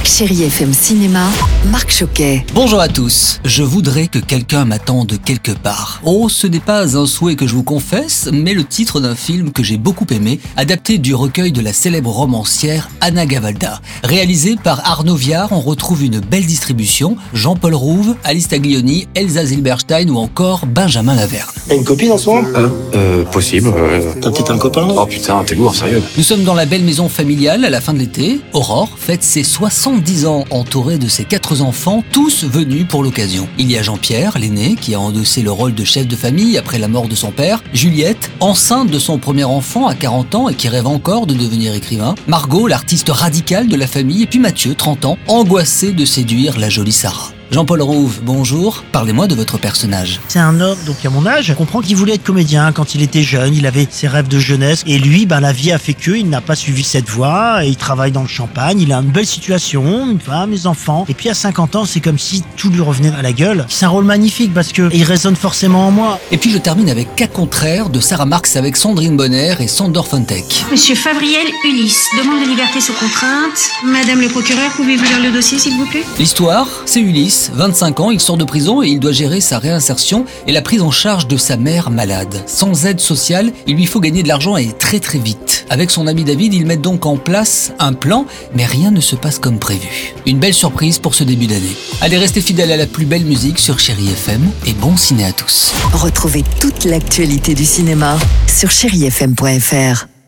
Chérie FM Cinéma, Marc Choquet. Bonjour à tous, je voudrais que quelqu'un m'attende quelque part. Oh, ce n'est pas un souhait que je vous confesse, mais le titre d'un film que j'ai beaucoup aimé, adapté du recueil de la célèbre romancière Anna Gavalda. Réalisé par Arnaud Viard, on retrouve une belle distribution, Jean-Paul Rouve, Alice Taglioni, Elsa Zilberstein ou encore Benjamin Laverne. T'as une copine en ce moment ? Possible. T'as peut-être un copain ? Oh putain, t'es lourd, sérieux. Nous sommes dans la belle maison familiale à la fin de l'été. Aurore fête ses 70 ans, entourée de ses 4 enfants, tous venus pour l'occasion. Il y a Jean-Pierre, l'aîné, qui a endossé le rôle de chef de famille après la mort de son père. Juliette, enceinte de son premier enfant à 40 ans et qui rêve encore de devenir écrivain. Margot, l'artiste radicale de la famille. Et puis Mathieu, 30 ans, angoissé de séduire la jolie Sarah. Jean-Paul Rouve, bonjour. Parlez-moi de votre personnage. C'est un homme, donc à mon âge, je comprends qu'il voulait être comédien quand il était jeune, il avait ses rêves de jeunesse, et lui, la vie a fait qu'il n'a pas suivi cette voie, et il travaille dans le champagne, il a une belle situation, une femme, des enfants, et puis à 50 ans, c'est comme si tout lui revenait à la gueule. C'est un rôle magnifique parce que il résonne forcément en moi. Et puis je termine avec Cas contraire de Sarah Marx avec Sandrine Bonner et Sandor Fontek. Monsieur Favriel Ulysse, demande de liberté sous contrainte. Madame le procureur, pouvez-vous lire le dossier s'il vous plaît ? L'histoire, c'est Ulysse. 25 ans, il sort de prison et il doit gérer sa réinsertion et la prise en charge de sa mère malade. Sans aide sociale, il lui faut gagner de l'argent et très très vite. Avec son ami David, ils mettent donc en place un plan, mais rien ne se passe comme prévu. Une belle surprise pour ce début d'année. Allez, restez fidèles à la plus belle musique sur Chérie FM et bon ciné à tous. Retrouvez toute l'actualité du cinéma sur chérifm.fr.